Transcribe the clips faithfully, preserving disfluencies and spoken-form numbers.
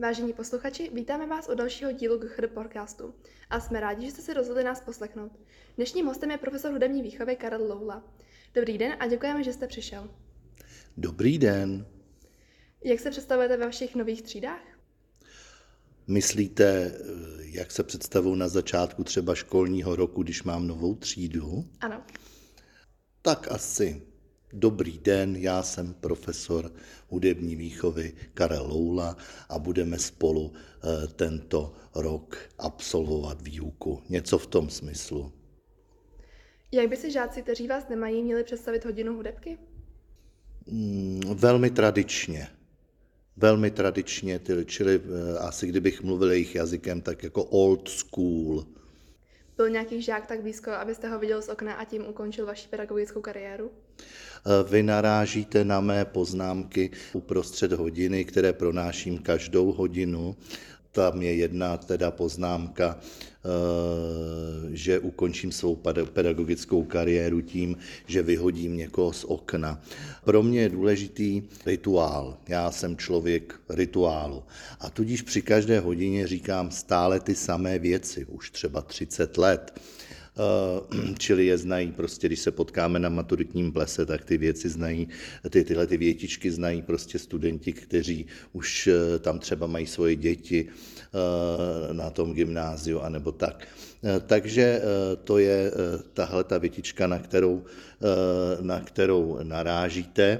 Vážení posluchači, vítáme vás u dalšího dílu G Ch R podcastu a jsme rádi, že jste si rozhodli nás poslechnout. Dnešním hostem je profesor hudební výchovy Karel Loula. Dobrý den a děkujeme, že jste přišel. Dobrý den. Jak se představujete ve vašich nových třídách? Myslíte, jak se představuji na začátku třeba školního roku, když mám novou třídu? Ano. Tak asi. Dobrý den, já jsem profesor hudební výchovy Karel Loula a budeme spolu tento rok absolvovat výuku. Něco v tom smyslu. Jak by si žáci, kteří vás nemají, měli představit hodinu hudebky? Mm, velmi tradičně. Velmi tradičně, čili asi kdybych mluvil jejich jazykem, tak jako old school. Byl nějaký žák tak blízko, abyste ho viděl z okna a tím ukončil vaši pedagogickou kariéru? Vy narážíte na mé poznámky uprostřed hodiny, které pronáším každou hodinu. Tam je jedna teda poznámka, že ukončím svou pedagogickou kariéru tím, že vyhodím někoho z okna. Pro mě je důležitý rituál. Já jsem člověk rituálu. A tudíž při každé hodině říkám stále ty samé věci, už třeba třicet let. Čili je znají, prostě když se potkáme na maturitním plese, tak ty věci znají, ty, tyhle ty větičky znají prostě studenti, kteří už tam třeba mají svoje děti na tom gymnáziu, anebo tak. Takže to je tahle ta větička, na kterou, na kterou narážíte.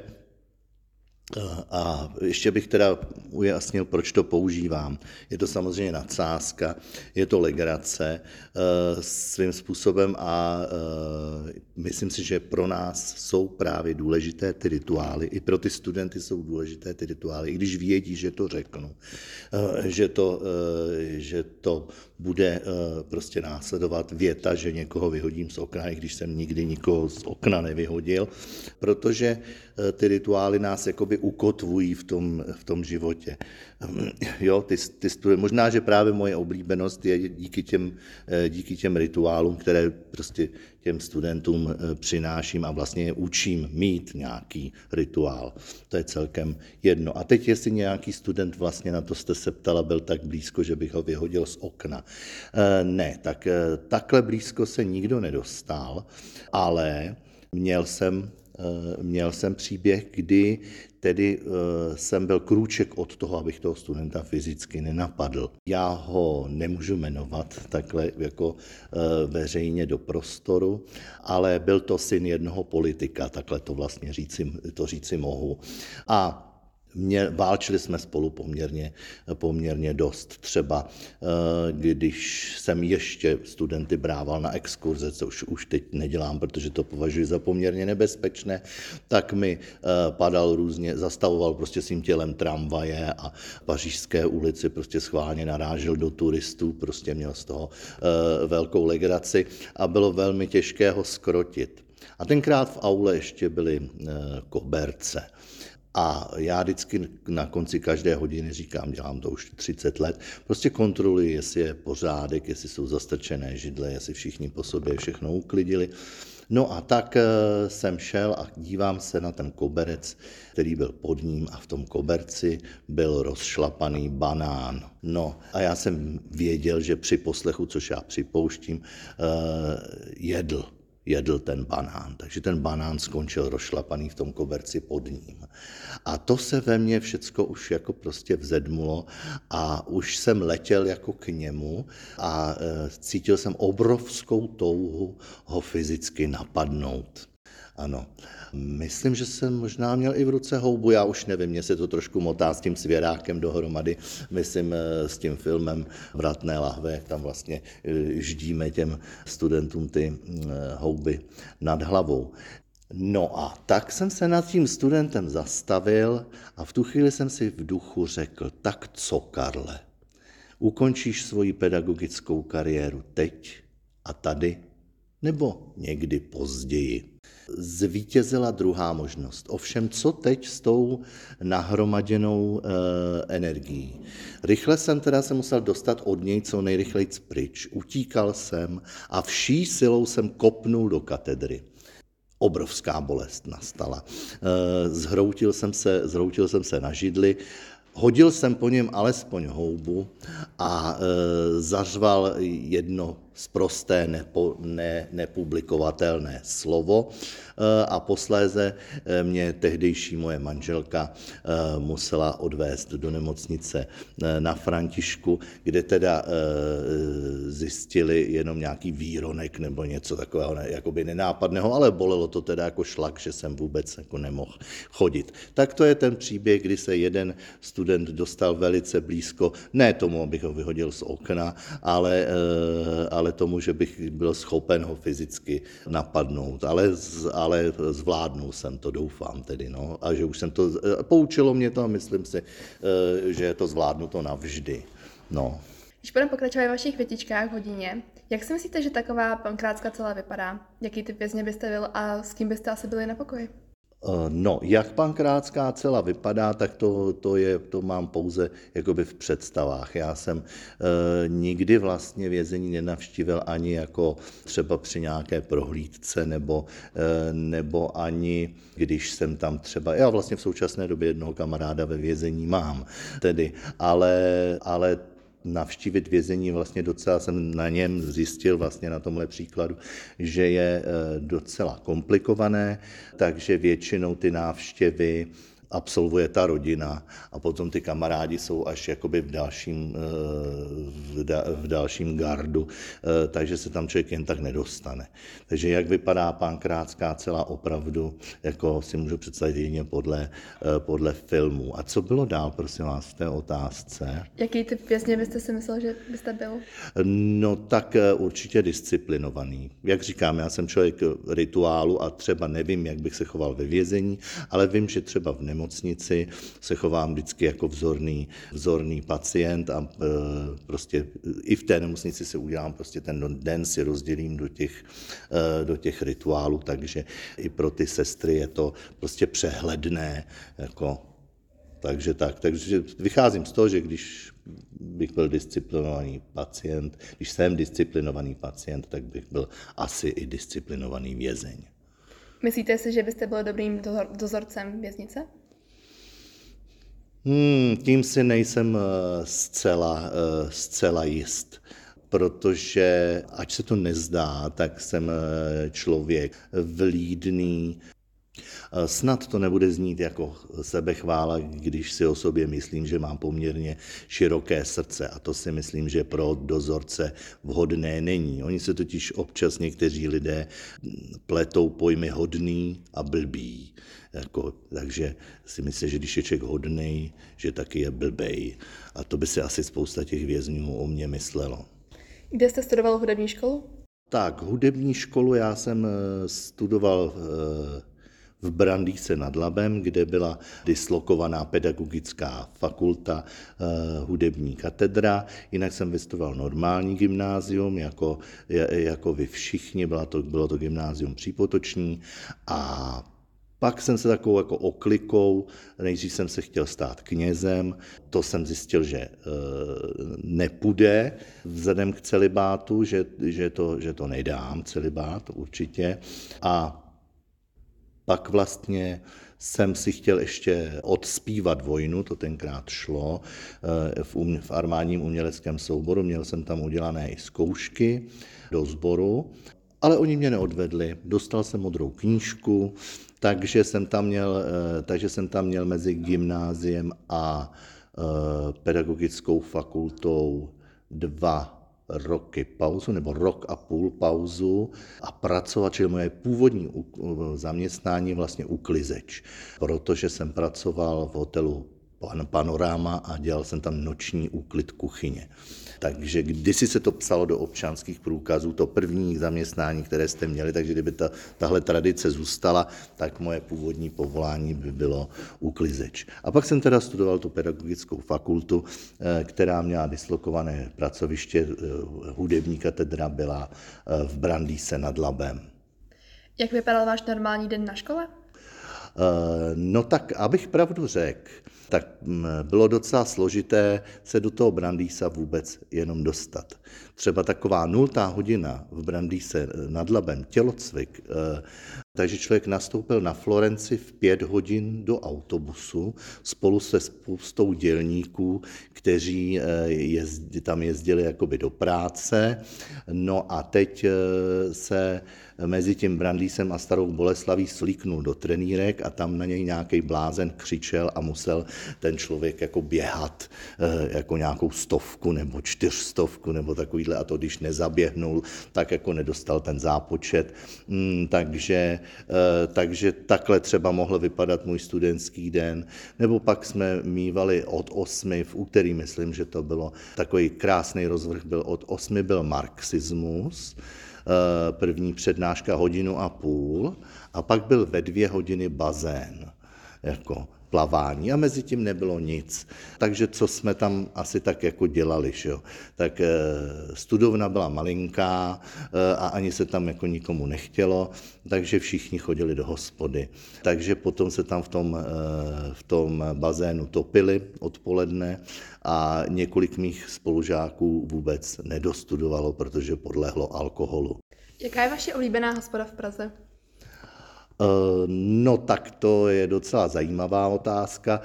A ještě bych teda ujasnil, proč to používám. Je to samozřejmě nadsázka, je to legrace svým způsobem a myslím si, že pro nás jsou právě důležité ty rituály. I pro ty studenty jsou důležité ty rituály, i když vědí, že to řeknu, že to, že to bude prostě následovat věta, že někoho vyhodím z okna, i když jsem nikdy nikoho z okna nevyhodil, protože ty rituály nás jakoby ukotvují v tom, v tom životě. Jo, ty, ty student, možná, že právě moje oblíbenost je díky těm, díky těm rituálům, které prostě těm studentům přináším a vlastně je učím mít nějaký rituál. To je celkem jedno. A teď, jestli nějaký student, vlastně na to jste se ptala, byl tak blízko, že bych ho vyhodil z okna. Ne, tak takhle blízko se nikdo nedostal, ale měl jsem Měl jsem příběh, kdy tedy jsem byl krůček od toho, abych toho studenta fyzicky nenapadl. Já ho nemůžu jmenovat takhle jako veřejně do prostoru, ale byl to syn jednoho politika, takhle to vlastně říci, to říci mohu. A Mě, válčili jsme spolu poměrně, poměrně dost. Třeba když jsem ještě studenty brával na exkurze, což už teď nedělám, protože to považuji za poměrně nebezpečné, tak mi padal různě, zastavoval prostě svým tělem tramvaje a v Pařížské ulici prostě schválně narážel do turistů, prostě měl z toho velkou legraci a bylo velmi těžké ho skrotit. A tenkrát v aule ještě byly koberce. A já vždycky na konci každé hodiny říkám, dělám to už třicet let, prostě kontroluji, jestli je pořádek, jestli jsou zastrčené židle, jestli všichni po sobě všechno uklidili. No a tak jsem šel a dívám se na ten koberec, který byl pod ním a v tom koberci byl rozšlapaný banán. No a já jsem věděl, že při poslechu, což já připouštím, jedl. jedl ten banán. Takže ten banán skončil rozšlapaný v tom koberci pod ním. A to se ve mně všecko už jako prostě vzedmulo a už jsem letěl jako k němu a cítil jsem obrovskou touhu ho fyzicky napadnout. Ano, myslím, že jsem možná měl i v ruce houbu, já už nevím, mě se to trošku motá s tím svěrákem dohromady, myslím s tím filmem Vratné lahve, jak tam vlastně ždíme těm studentům ty houby nad hlavou. No a tak jsem se nad tím studentem zastavil a v tu chvíli jsem si v duchu řekl, tak co, Karle, ukončíš svoji pedagogickou kariéru teď a tady, nebo někdy později? Zvítězila druhá možnost. Ovšem, co teď s tou nahromaděnou e, energií? Rychle jsem teda se musel dostat od něj co nejrychleji pryč. Utíkal jsem a vší silou jsem kopnul do katedry. Obrovská bolest nastala. E, zhroutil jsem se, zhroutil jsem se na židli. Hodil jsem po něm alespoň houbu a e, zařval jedno sprosté nepo, ne, nepublikovatelné slovo e, a posléze e, mě tehdejší moje manželka e, musela odvést do nemocnice e, na Františku, kde teda e, zjistili jenom nějaký výronek nebo něco takového ne, jakoby nenápadného, ale bolelo to teda jako šlak, že jsem vůbec jako nemohl chodit. Tak to je ten příběh, kdy se jeden student dostal velice blízko, ne tomu, abych ho vyhodil z okna, ale, ale tomu, že bych byl schopen ho fyzicky napadnout. Ale, ale zvládnul jsem to, doufám tedy. No. A že už jsem to, poučilo mě to a myslím si, že je to zvládnuto navždy. No. Když budeme pokračovat ve vašich větičkách v hodině, jak si myslíte, že taková pankrácká cela vypadá? Jaký typ vězně byste byl a s kým byste asi byli na pokoji? No, jak pankrácká cela vypadá, tak to, to, je, to mám pouze jakoby v představách. Já jsem e, nikdy vlastně vězení nenavštívil ani jako třeba při nějaké prohlídce, nebo, e, nebo ani když jsem tam třeba, já vlastně v současné době jednoho kamaráda ve vězení mám, tedy, ale, ale navštívit vězení vlastně docela jsem na něm zjistil vlastně na tomhle příkladu, že je docela komplikované, takže většinou ty návštěvy absolvuje ta rodina a potom ty kamarádi jsou až jakoby v dalším, v, da, v dalším gardu, takže se tam člověk jen tak nedostane. Takže jak vypadá pankrácká cela opravdu, jako si můžu představit jedině podle, podle filmů. A co bylo dál, prosím vás, v té otázce? Jaký typ vězně byste si myslel, že byste byl? No tak určitě disciplinovaný. Jak říkám, já jsem člověk rituálu a třeba nevím, jak bych se choval ve vězení, ale vím, že třeba v nemocnici nemocnici se chovám vždycky jako vzorný, vzorný pacient a e, prostě i v té nemocnici se udělám, prostě ten den si rozdělím do těch, e, do těch rituálů, takže i pro ty sestry je to prostě přehledné, jako, takže tak, takže vycházím z toho, že když bych byl disciplinovaný pacient, když jsem disciplinovaný pacient, tak bych byl asi i disciplinovaný vězeň. Myslíte si, že byste byl dobrým dozor, dozorcem věznice? Hmm, tím si nejsem zcela, zcela jist, protože ať se to nezdá, tak jsem člověk vlídný. Snad to nebude znít jako sebechvála, když si o sobě myslím, že mám poměrně široké srdce a to si myslím, že pro dozorce vhodné není. Oni se totiž občas někteří lidé pletou pojmy hodný a blbý. Jako, takže si myslím, že když je člověk hodnej, že taky je blbej. A to by si asi spousta těch vězňů o mě myslelo. Kde jste studoval hudební školu? Tak, hudební školu já jsem studoval v Brandýse nad Labem, kde byla dislokovaná pedagogická fakulta, hudební katedra. Jinak jsem vystudoval normální gymnázium, jako, jako vy všichni, byla to, bylo to gymnázium Přípotoční a pak jsem se takovou jako oklikou, nejdřív jsem se chtěl stát knězem, to jsem zjistil, že e, nepůjde vzhledem k celibátu, že, že, to, že to nedám, celibát určitě. A pak vlastně jsem si chtěl ještě odspívat vojnu, to tenkrát šlo, v, um, v armádním uměleckém souboru, měl jsem tam udělané i zkoušky do sboru, ale oni mě neodvedli, dostal jsem modrou knížku, takže jsem tam měl, takže jsem tam měl mezi gymnáziem a pedagogickou fakultou dva roky pauzu, nebo rok a půl pauzu a pracovat, čili moje původní zaměstnání vlastně uklizeč, protože jsem pracoval v hotelu Panorama a dělal jsem tam noční úklid kuchyně. Takže kdysi se to psalo do občanských průkazů, to první zaměstnání, které jste měli, takže kdyby ta, tahle tradice zůstala, tak moje původní povolání by bylo uklizeč. A pak jsem teda studoval tu pedagogickou fakultu, která měla dislokované pracoviště, hudební katedra byla v Brandýse nad Labem. Jak vypadal váš normální den na škole? No tak, abych pravdu řekl, tak bylo docela složité se do toho Brandýsa vůbec jenom dostat. Třeba taková nultá hodina v Brandýse nad Labem, tělocvik, takže člověk nastoupil na Florenci v pět hodin do autobusu spolu se spoustou dělníků, kteří jezdí, tam jezdili jakoby do práce. No a teď se mezi tím Brandýsem a Starou Boleslaví slíknul do trenýrek a tam na něj nějaký blázen křičel a musel ten člověk jako běhat jako nějakou stovku nebo čtyřstovku nebo takovýhle, a to když nezaběhnul, tak jako nedostal ten zápočet. Takže, takže takhle třeba mohl vypadat můj studentský den. Nebo pak jsme mívali od osmi, v úterý myslím, že to bylo takový krásný rozvrh, byl od osmi byl marxismus, první přednáška hodinu a půl a pak byl ve dvě hodiny bazén, jako plavání a mezi tím nebylo nic. Takže co jsme tam asi tak jako dělali, že? Tak studovna byla malinká a ani se tam jako nikomu nechtělo, takže všichni chodili do hospody. Takže potom se tam v tom, v tom bazénu topili odpoledne a několik mých spolužáků vůbec nedostudovalo, protože podlehlo alkoholu. Jaká je vaše oblíbená hospoda v Praze? No tak to je docela zajímavá otázka,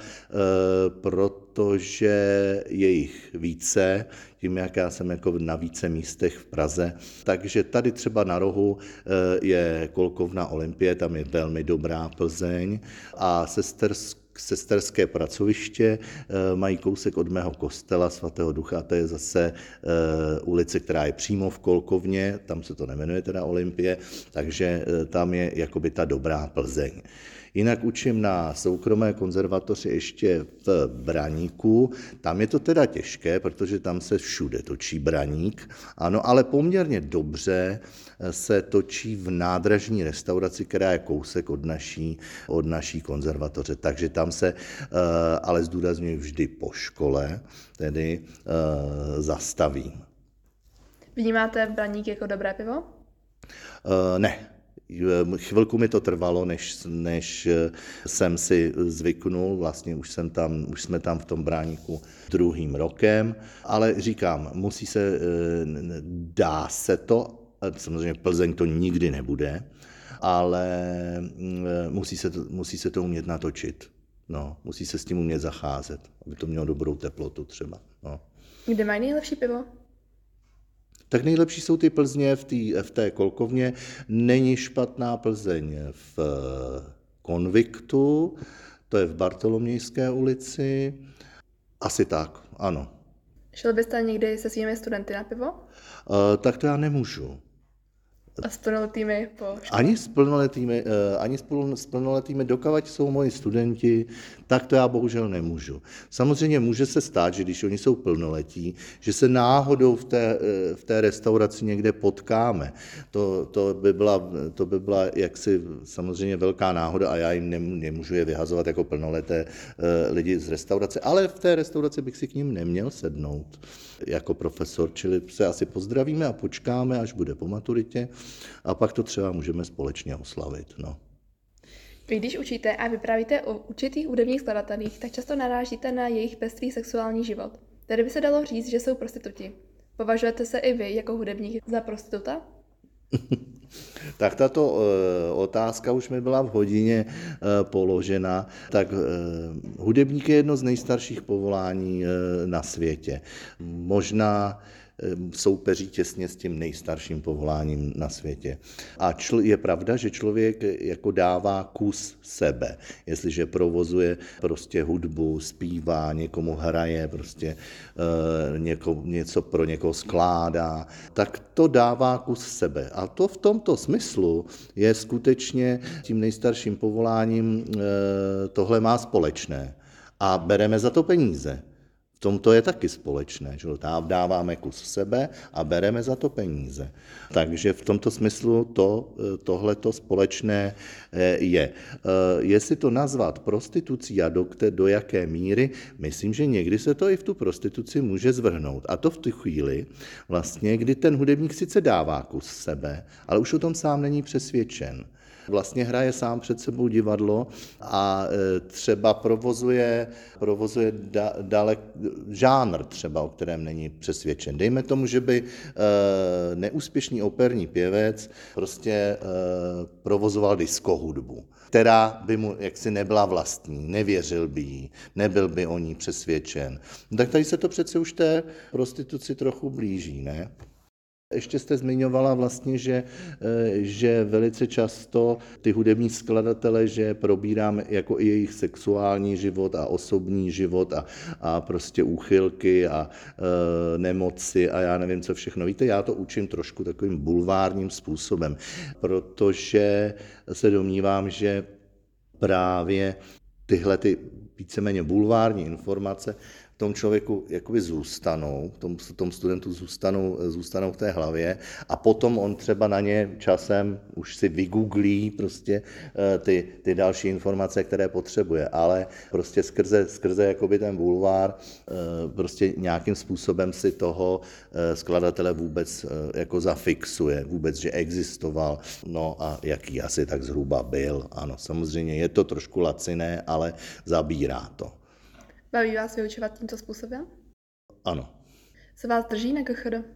protože je jich více, tím jak já jsem jako na více místech v Praze. Takže tady třeba na rohu je Kolkovna Olympie, tam je velmi dobrá Plzeň a sesterské Sesterské pracoviště mají kousek od mého kostela svatého Ducha, to je zase ulice, která je přímo v Kolkovně, tam se to nemenuje teda Olympie, takže tam je jakoby ta dobrá Plzeň. Jinak učím na soukromé konzervatoři ještě v Braníku. Tam je to teda těžké, protože tam se všude točí braník, ano, ale poměrně dobře se točí v nádražní restauraci, která je kousek od naší, od naší konzervatoře. Takže tam se, ale zdůrazňuji vždy po škole, tedy zastavím. Vnímáte Braník jako dobré pivo? Ne. Chvilku mi to trvalo, než, než jsem si zvyknul, vlastně už, jsem tam, už jsme tam v tom Bráníku druhým rokem, ale říkám, musí se, dá se to, samozřejmě Plzeň to nikdy nebude, ale musí se to, musí se to umět natočit, no, musí se s tím umět zacházet, aby to mělo dobrou teplotu třeba. No. Kde mají nejlepší pivo? Tak nejlepší jsou ty Plzně v, tý, v té Kolkovně. Není špatná Plzeň v Konviktu, to je v Bartolomějské ulici. Asi tak, ano. Šel byste někdy se svými studenty na pivo? Uh, tak to já nemůžu. A s plnoletými po škole? Ani s plnoletými, ani s plnoletými, dokavať jsou moji studenti, tak to já bohužel nemůžu. Samozřejmě může se stát, že když oni jsou plnoletí, že se náhodou v té, v té restauraci někde potkáme. To, to, by byla, to by byla jaksi samozřejmě velká náhoda a já jim nemůžu je vyhazovat jako plnoleté lidi z restaurace, ale v té restauraci bych si k ním neměl sednout jako profesor, čili se asi pozdravíme a počkáme, až bude po maturitě a pak to třeba můžeme společně oslavit. No. Vy když učíte a vyprávíte o určitých hudebních skladatelích, tak často narážíte na jejich pestrý sexuální život. Tady by se dalo říct, že jsou prostituti. Považujete se i vy jako hudebník za prostituta? Tak tato uh, otázka už mi byla v hodině uh, položena. Tak uh, hudebník je jedno z nejstarších povolání uh, na světě. Možná soupeří těsně s tím nejstarším povoláním na světě. A čl- je pravda, že člověk jako dává kus sebe. Jestliže provozuje prostě hudbu, zpívá, někomu hraje, prostě e, něko, něco pro někoho skládá, tak to dává kus sebe. A to v tomto smyslu je skutečně tím nejstarším povoláním, e, tohle má společné. A bereme za to peníze. V tomto je taky společné, že dáváme kus sebe a bereme za to peníze. Takže v tomto smyslu to, tohleto společné je. Jestli to nazvat prostitucí a do, do jaké míry, myslím, že někdy se to i v tu prostituci může zvrhnout. A to v tu chvíli, vlastně, kdy ten hudebník sice dává kus sebe, ale už o tom sám není přesvědčen. Vlastně hraje sám před sebou divadlo a třeba provozuje, provozuje da, dalek, žánr třeba, o kterém není přesvědčen. Dejme tomu, že by e, neúspěšný operní pěvec prostě e, provozoval diskohudbu, která by mu jaksi nebyla vlastní, nevěřil by jí, nebyl by o ní přesvědčen. Tak tady se to přece už té prostituci trochu blíží, ne? Ještě jste zmiňovala vlastně, že, že velice často ty hudební skladatele, že probíráme jako i jejich sexuální život a osobní život a, a prostě úchylky a e, nemoci a já nevím co všechno. Víte, já to učím trošku takovým bulvárním způsobem, protože se domnívám, že právě tyhle ty víceméně bulvární informace v tom člověku jakoby zůstanou, v tom, v tom studentu zůstanou, zůstanou v té hlavě a potom on třeba na ně časem už si vygooglí prostě ty, ty další informace, které potřebuje, ale prostě skrze, skrze jakoby ten bulvár prostě nějakým způsobem si toho skladatele vůbec jako zafixuje, vůbec, že existoval, no a jaký asi tak zhruba byl. Ano, samozřejmě je to trošku laciné, ale zabírá to. Baví vás vyučovat tímto způsobem? Ano. Se vás drží na K Ch D?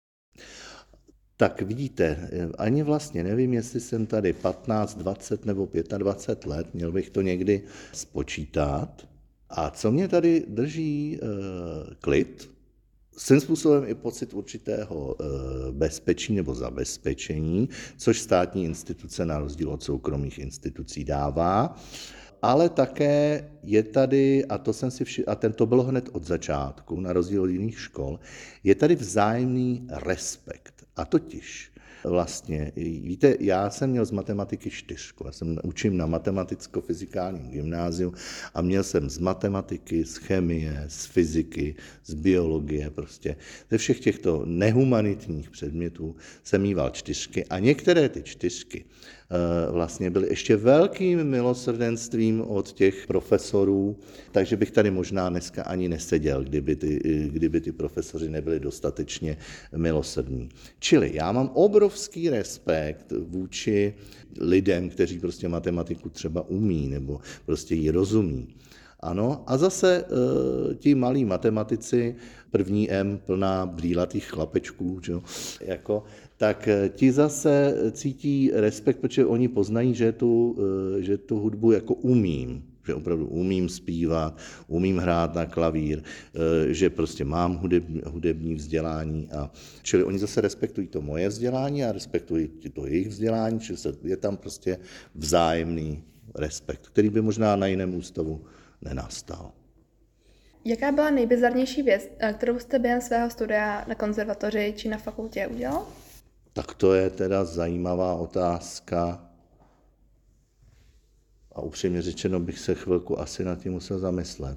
Tak vidíte, ani vlastně nevím, jestli jsem tady patnáct, dvacet nebo dvacet pět let, měl bych to někdy spočítat. A co mě tady drží e, klid, svým způsobem i pocit určitého e, bezpečí nebo zabezpečení, což státní instituce na rozdíl od soukromých institucí dává. Ale také je tady, a to jsem si všiml, a ten to bylo hned od začátku, na rozdíl od jiných škol, je tady vzájemný respekt. A totiž vlastně, víte, já jsem měl z matematiky čtyřku, já jsem učím na matematicko-fyzikálním gymnáziu a měl jsem z matematiky, z chemie, z fyziky, z biologie, prostě ze všech těchto nehumanitních předmětů jsem mýval čtyřky a některé ty čtyřky vlastně byly ještě velkým milosrdenstvím od těch profesorů, takže bych tady možná dneska ani neseděl, kdyby ty, kdyby ty profesoři nebyli dostatečně milosrdní. Čili já mám obrovský respekt vůči lidem, kteří prostě matematiku třeba umí nebo prostě ji rozumí. Ano, a zase e, ti malí matematici, první M plná brýlatých chlapečků, že, jako, tak ti zase cítí respekt, protože oni poznají, že tu, e, že tu hudbu jako umím, že opravdu umím zpívat, umím hrát na klavír, e, že prostě mám hudební, hudební vzdělání. A, čili oni zase respektují to moje vzdělání a respektují to jejich vzdělání, čili je tam prostě vzájemný respekt, který by možná na jiném ústavu nenastal. Jaká byla nejbizarnější věc, kterou jste během svého studia na konzervatoři či na fakultě udělal? Tak to je teda zajímavá otázka. A upřímně řečeno bych se chvilku asi nad tím musel zamyslet.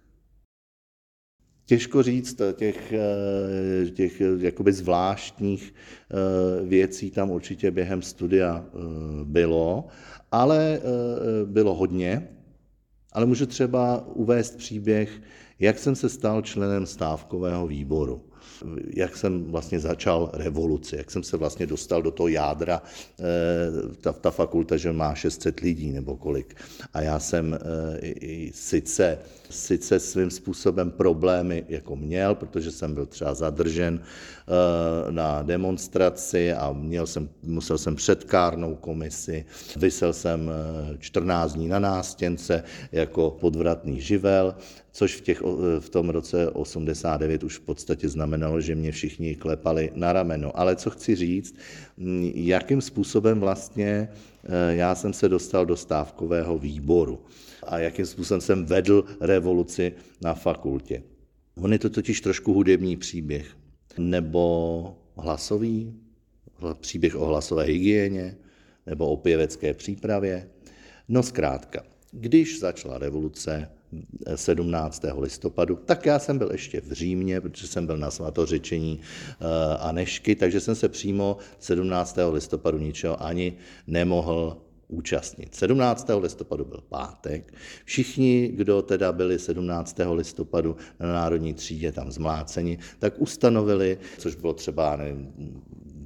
Těžko říct, těch, těch jakoby zvláštních věcí tam určitě během studia bylo, ale bylo hodně. Ale můžu třeba uvést příběh, jak jsem se stal členem stávkového výboru, jak jsem vlastně začal revoluci, jak jsem se vlastně dostal do toho jádra, ta, ta fakulta, že má šest set lidí nebo kolik. A já jsem i sice, sice svým způsobem problémy jako měl, protože jsem byl třeba zadržen na demonstraci a měl jsem, musel jsem před kárnou komisi, visel jsem čtrnáct dní na nástěnce jako podvratný živel, což v, těch, v tom roce osmdesát devět už v podstatě znamenalo, že mě všichni klepali na rameno. Ale co chci říct, jakým způsobem vlastně já jsem se dostal do stávkového výboru a jakým způsobem jsem vedl revoluci na fakultě. On je to totiž trošku hudební příběh, nebo hlasový, příběh o hlasové hygieně, nebo o pěvecké přípravě. No zkrátka, když začala revoluce sedmnáctého listopadu, tak já jsem byl ještě v Římě, protože jsem byl na svatořečení Anežky, takže jsem se přímo sedmnáctého listopadu ničeho ani nemohl účastnit. sedmnáctého listopadu byl pátek. Všichni, kdo teda byli sedmnáctého listopadu na Národní třídě tam zmláceni, tak ustanovili, což bylo třeba nevím,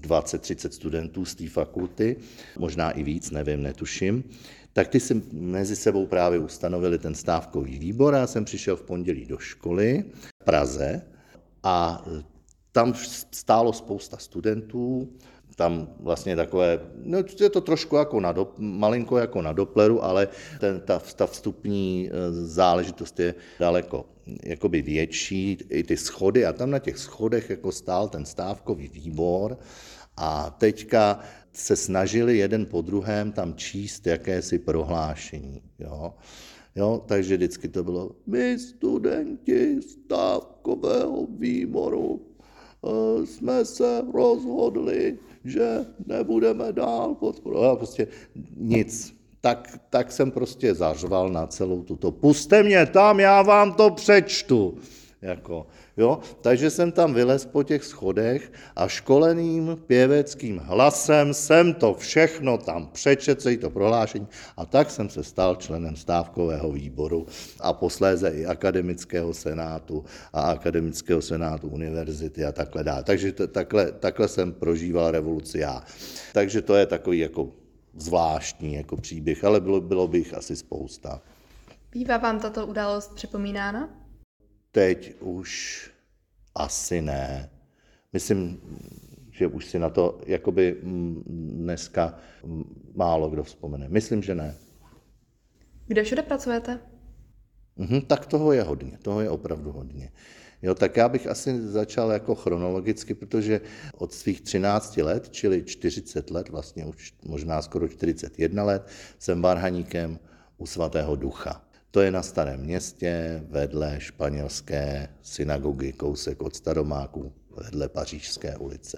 dvacet třicet studentů z té fakulty, možná i víc, nevím, netuším, tak ty si mezi sebou právě ustanovili ten stávkový výbor. Já jsem přišel v pondělí do školy v Praze a tam stálo spousta studentů, tam vlastně takové, no je to trošku jako na do, malinko jako na Doppleru, ale ten, ta, ta vstupní záležitost je daleko jakoby větší, i ty schody, a tam na těch schodech jako stál ten stávkový výbor a teďka se snažili jeden po druhém tam číst jakési prohlášení. Jo? Jo, takže vždycky to bylo, my studenti stávkového výboru jsme se rozhodli, že nebudeme dál podporovat. Prostě nic. Tak, tak jsem prostě zařval na celou tuto. Puste mě tam, já vám to přečtu. Jako, jo? Takže jsem tam vylez po těch schodech a školeným pěveckým hlasem jsem to všechno tam přečetl, celý to prohlášení, a tak jsem se stal členem stávkového výboru a posléze i akademického senátu a akademického senátu univerzity a takhle dál. Takže to, takhle, takhle jsem prožíval revoluci já. Takže to je takový jako zvláštní jako příběh, ale bylo, bylo by jich asi spousta. Bývá vám tato událost připomínána? Teď už asi ne. Myslím, že už si na to jakoby dneska málo kdo vzpomene. Myslím, že ne. Kde všude pracujete? Mhm, tak toho je hodně, toho je opravdu hodně. Jo, tak já bych asi začal jako chronologicky, protože od svých třinácti let, čili čtyřicet let, vlastně už možná skoro čtyřicet jedna let, jsem varhaníkem u Svatého Ducha. To je na Starém Městě, vedle španělské synagogy, kousek od Staromáku, vedle Pařížské ulice.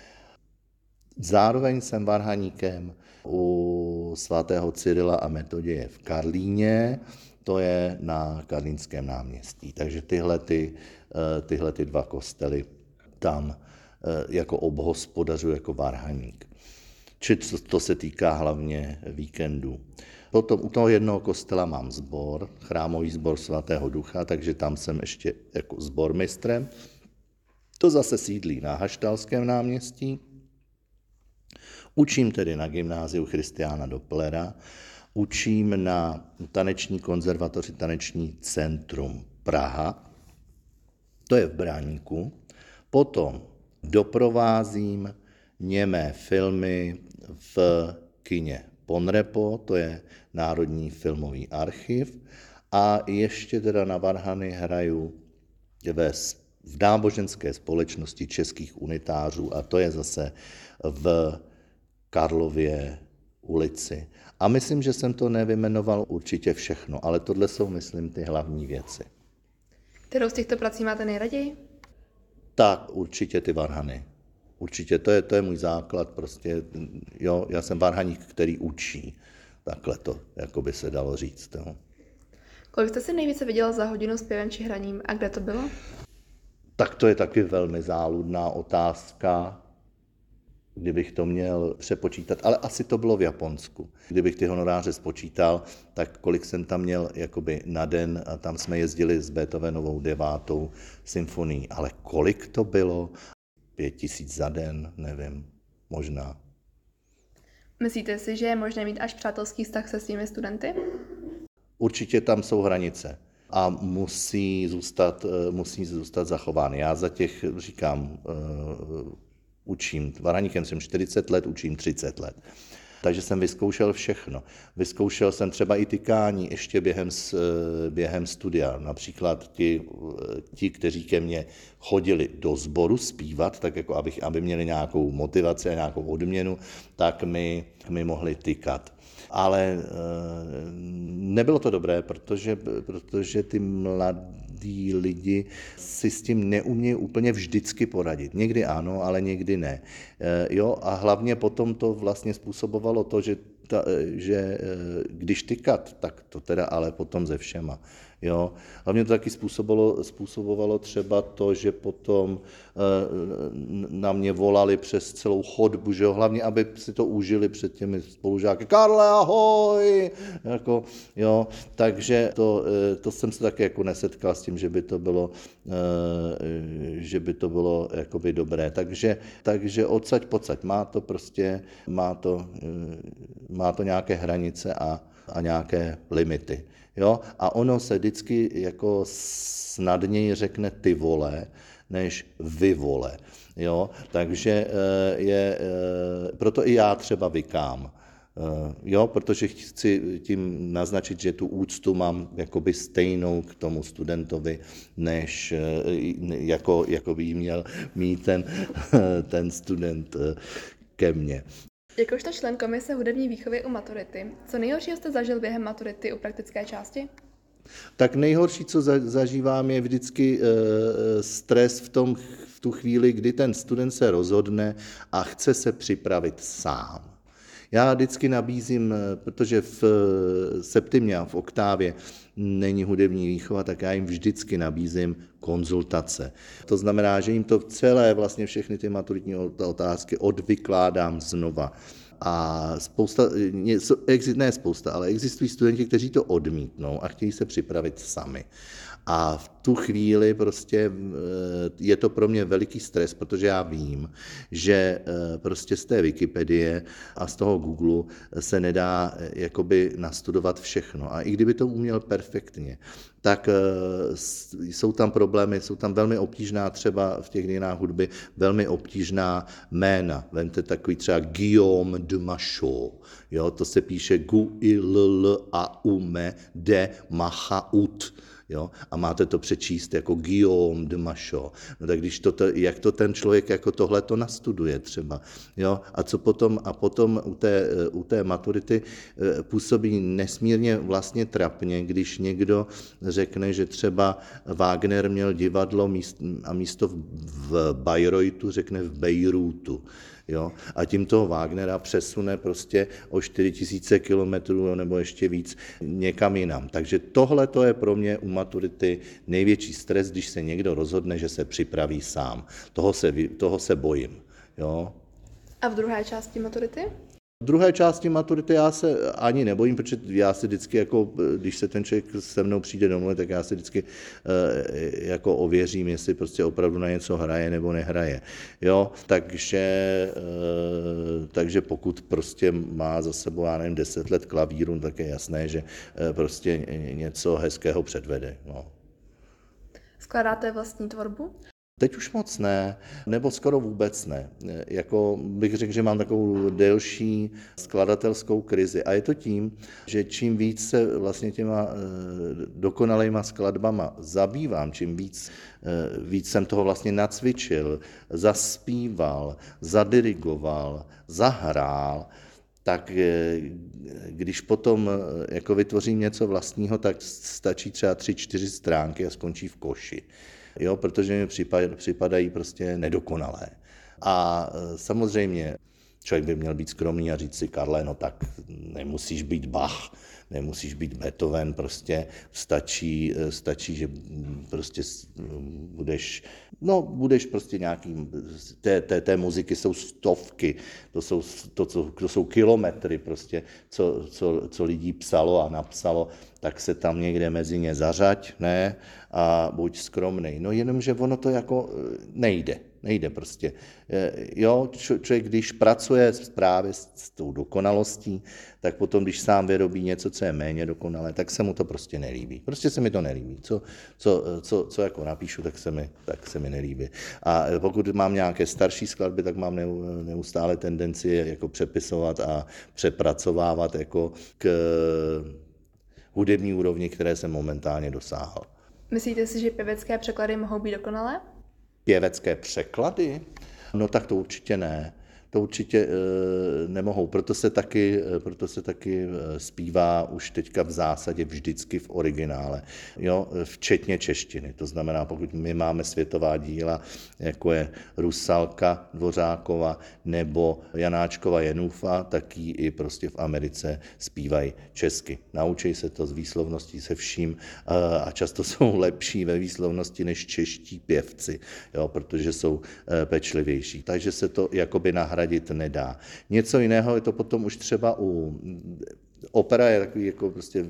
Zároveň jsem varhaníkem u svatého Cyrila a Metoděje v Karlíně, to je na Karlínském náměstí. Takže tyhle, ty, tyhle ty dva kostely tam jako obhospodařuji jako varhaník. Či to se týká hlavně víkendů. Potom u toho jednoho kostela mám sbor, chrámový sbor Svatého Ducha, takže tam jsem ještě jako sbormistrem. To zase sídlí na Haštalském náměstí. Učím tedy na gymnáziu Christiana Dopplera, učím na taneční konzervatoři Taneční centrum Praha, to je v Braníku. Potom doprovázím němé filmy v kině Ponrepo, to je Národní filmový archiv, a ještě teda na varhany hraju ve, v náboženské společnosti českých unitářů, a to je zase v Karlově ulici. A myslím, že jsem to nevyjmenoval určitě všechno, ale tohle jsou, myslím, ty hlavní věci. Kterou z těchto prací máte nejraději? Tak určitě ty varhany. Určitě, to je, to je můj základ, prostě, jo, já jsem varhaník, který učí, takhle to, jako by se dalo říct. Jo. Kolik jste si nejvíce viděl za hodinu zpěvem či hraním a kde to bylo? Tak to je taky velmi záludná otázka, kdybych to měl přepočítat, ale asi to bylo v Japonsku. Kdybych ty honoráře spočítal, tak kolik jsem tam měl jakoby na den, a tam jsme jezdili s Beethovenovou devátou symfonií, ale kolik to bylo? Pět tisíc za den, nevím, možná. Myslíte si, že je možné mít až přátelský vztah se svými studenty? Určitě tam jsou hranice a musí zůstat, musí zůstat zachovány. Já za těch, říkám, učím, varhaníkem jsem čtyřicet let, učím třicet let. Takže jsem vyzkoušel všechno. Vyzkoušel jsem třeba i tykání ještě během, během studia. Například ti, ti, kteří ke mně chodili do sboru zpívat, tak jako abych, aby měli nějakou motivaci a nějakou odměnu, tak mi, mi mohli tykat. Ale nebylo to dobré, protože, protože ty mladí lidi si s tím neumějí úplně vždycky poradit. Někdy ano, ale někdy ne. Jo, a hlavně potom to vlastně způsobovalo to, že, ta, že když tykat, tak to teda ale potom ze všema. Jo. Hlavně to taky způsobovalo, způsobovalo třeba to, že potom e, na mě volali přes celou chodbu, že jo, hlavně, aby si to užili před těmi spolužáky. Karle, ahoj! Jako, jo, takže to, e, to jsem se taky jako nesetkal s tím, že by to bylo, e, že by to bylo jakoby dobré. Takže, takže odsaď pocať. Má to prostě, má to, e, má to nějaké hranice a, a nějaké limity. Jo? A ono se vždycky jako snadněji řekne ty vole, než vy vole. Jo? Takže je, proto i já třeba vykám. Jo? Protože chci tím naznačit, že tu úctu mám jakoby stejnou k tomu studentovi, než jako, jako by jí měl mít ten, ten student ke mně. Jakožto člen komise hudební výchovy u maturity, co nejhoršího jste zažil během maturity u praktické části? Tak nejhorší, co zažívám, je vždycky stres v, tom, v tu chvíli, kdy ten student se rozhodne a chce se připravit sám. Já vždycky nabízím, protože v septimě a v oktávě není hudební výchova, tak já jim vždycky nabízím konzultace. To znamená, že jim to celé, vlastně všechny ty maturitní otázky odvykládám znova. A spousta, ne spousta, ale existují studenti, kteří to odmítnou a chtějí se připravit sami. A v tu chvíli prostě je to pro mě veliký stres, protože já vím, že prostě z té Wikipedie a z toho Google se nedá jakoby nastudovat všechno. A i kdyby to uměl perfektně, tak jsou tam problémy, jsou tam velmi obtížná třeba v těch dějinách hudby, velmi obtížná jména. Vemte takový třeba Guillaume de Machaut, jo, to se píše Gu I L L A U M E de Machaut. Jo? A máte to přečíst jako Guillaume de Machaut. No tak když to, jak to ten člověk jako tohle to nastuduje třeba. Jo? A co potom, a potom u té, u té maturity působí nesmírně vlastně trapně, když někdo řekne, že třeba Wagner měl divadlo míst, a místo v Bayreuthu řekne v Bejrútu. Jo? A tím toho Wagnera přesune prostě o čtyři tisíce kilometrů nebo ještě víc někam jinam. Takže tohle to je pro mě u maturity největší stres, když se někdo rozhodne, že se připraví sám. Toho se, toho se bojím. Jo? A v druhé části maturity? V druhé části maturity já se ani nebojím, protože já si vždycky, jako, když se ten člověk se mnou přijde domů, tak já si vždycky jako ověřím, jestli prostě opravdu na něco hraje nebo nehraje. Jo? Takže, takže pokud prostě má za sebou, já nevím, deset let klavíru, tak je jasné, že prostě něco hezkého předvede. No. Skládáte vlastní tvorbu? Teď už moc ne, nebo skoro vůbec ne. Jako bych řekl, že mám takovou delší skladatelskou krizi. A je to tím, že čím víc se vlastně těma dokonalejma skladbama zabývám, čím víc, víc jsem toho vlastně nacvičil, zaspíval, zadirigoval, zahrál, tak když potom jako vytvořím něco vlastního, tak stačí třeba tři, čtyři stránky a skončí v koši. Jo, protože mi připadají prostě nedokonalé. A samozřejmě člověk by měl být skromný a říct si, Karle, no tak nemusíš být Bach, nemusíš být Beethoven, prostě stačí, stačí, že prostě budeš, no budeš prostě nějaký, té, té, té muziky jsou stovky, to jsou, to, to, to jsou kilometry prostě, co, co, co lidí psalo a napsalo, tak se tam někde mezi ně zařaď, ne, a buď skromnej. No jenomže ono to jako nejde. Nejde prostě. Jo, člověk, když pracuje právě s tou dokonalostí, tak potom, když sám vyrobí něco, co je méně dokonalé, tak se mu to prostě nelíbí. Prostě se mi to nelíbí. Co, co, co, co jako napíšu, tak se, mi, tak se mi nelíbí. A pokud mám nějaké starší skladby, tak mám neustále tendenci jako přepisovat a přepracovávat jako k hudební úrovni, které jsem momentálně dosáhl. Myslíte si, že pěvecké překlady mohou být dokonalé? Pěvecké překlady? No tak to určitě ne. To určitě nemohou, proto se taky, proto se taky zpívá už teďka v zásadě vždycky v originále, jo, včetně češtiny. To znamená, pokud my máme světová díla, jako je Rusalka Dvořákova nebo Janáčkova Jenůfa, tak ji i prostě v Americe zpívají česky. Naučí se to z výslovností se vším a často jsou lepší ve výslovnosti než čeští pěvci, jo, protože jsou pečlivější. Takže se to jakoby nahradit nedá. Něco jiného je to potom už třeba u... Opera je takový jako prostě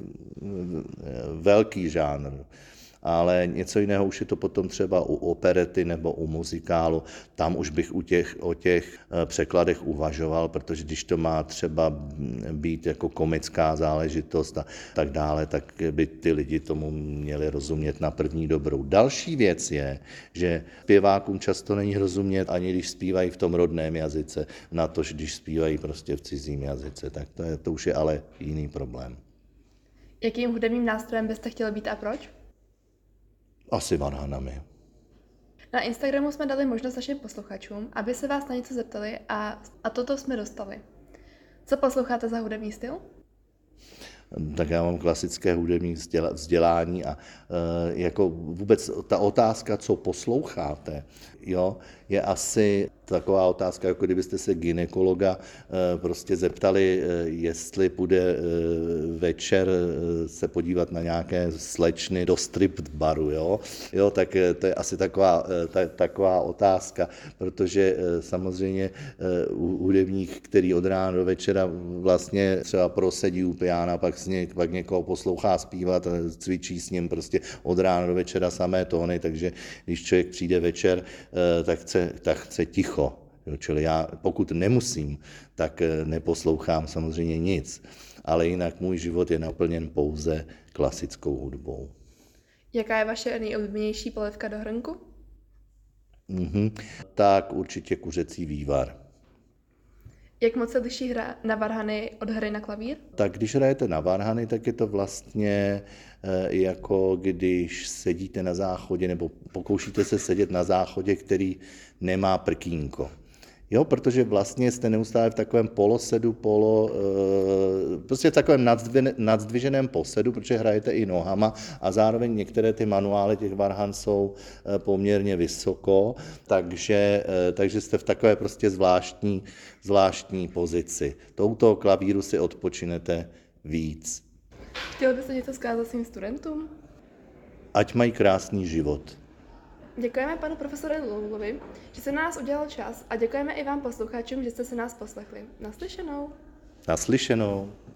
velký žánr, ale něco jiného už je to potom třeba u operety nebo u muzikálu. Tam už bych u těch, o těch překladech uvažoval, protože když to má třeba být jako komická záležitost a tak dále, tak by ty lidi tomu měli rozumět na první dobrou. Další věc je, že zpěvákům často není rozumět, ani když zpívají v tom rodném jazyce, na to, když zpívají prostě v cizím jazyce. Tak to, je, to už je ale jiný problém. Jakým hudebním nástrojem byste chtěli být a proč? Asi varhanami. Na Instagramu jsme dali možnost našim posluchačům, aby se vás na něco zeptali a, a toto jsme dostali. Co posloucháte za hudební styl? Tak já mám klasické hudební vzdělání a e, jako vůbec ta otázka, co posloucháte, jo, je asi taková otázka, jako kdybyste se gynekologa e, prostě zeptali, e, jestli půjde e, večer e, se podívat na nějaké slečny do strip baru, jo, jo, tak e, to je asi taková, e, ta, taková otázka, protože e, samozřejmě e, hudebník, který od rána do večera vlastně třeba prosedí u piana, pak Něk, pak někoho poslouchá zpívat a cvičí s ním prostě od rána do večera samé tóny, takže když člověk přijde večer, tak chce, tak chce ticho. Jo, čili já, pokud nemusím, tak neposlouchám samozřejmě nic, ale jinak můj život je naplněn pouze klasickou hudbou. Jaká je vaše nejoblíbenější polévka do hrnku? Mhm, tak určitě kuřecí vývar. Jak moc se liší hra na varhany od hry na klavír? Tak když hrajete na varhany, tak je to vlastně jako když sedíte na záchodě nebo pokoušíte se sedět na záchodě, který nemá prkínko. Jo, protože vlastně jste neustále v takovém polosedu, polo, prostě v takovém nadzdviženém posedu, protože hrajete i nohama a zároveň některé ty manuály těch varhan jsou poměrně vysoko, takže, takže jste v takové prostě zvláštní, zvláštní pozici. Touto klavíru si odpočinete víc. Chtěl byste něco vzkázat svým studentům? Ať mají krásný život. Děkujeme panu profesoru Loulovi, že se na nás udělal čas a děkujeme i vám posluchačům, že jste se nás poslechli. Naslyšenou. Naslyšenou.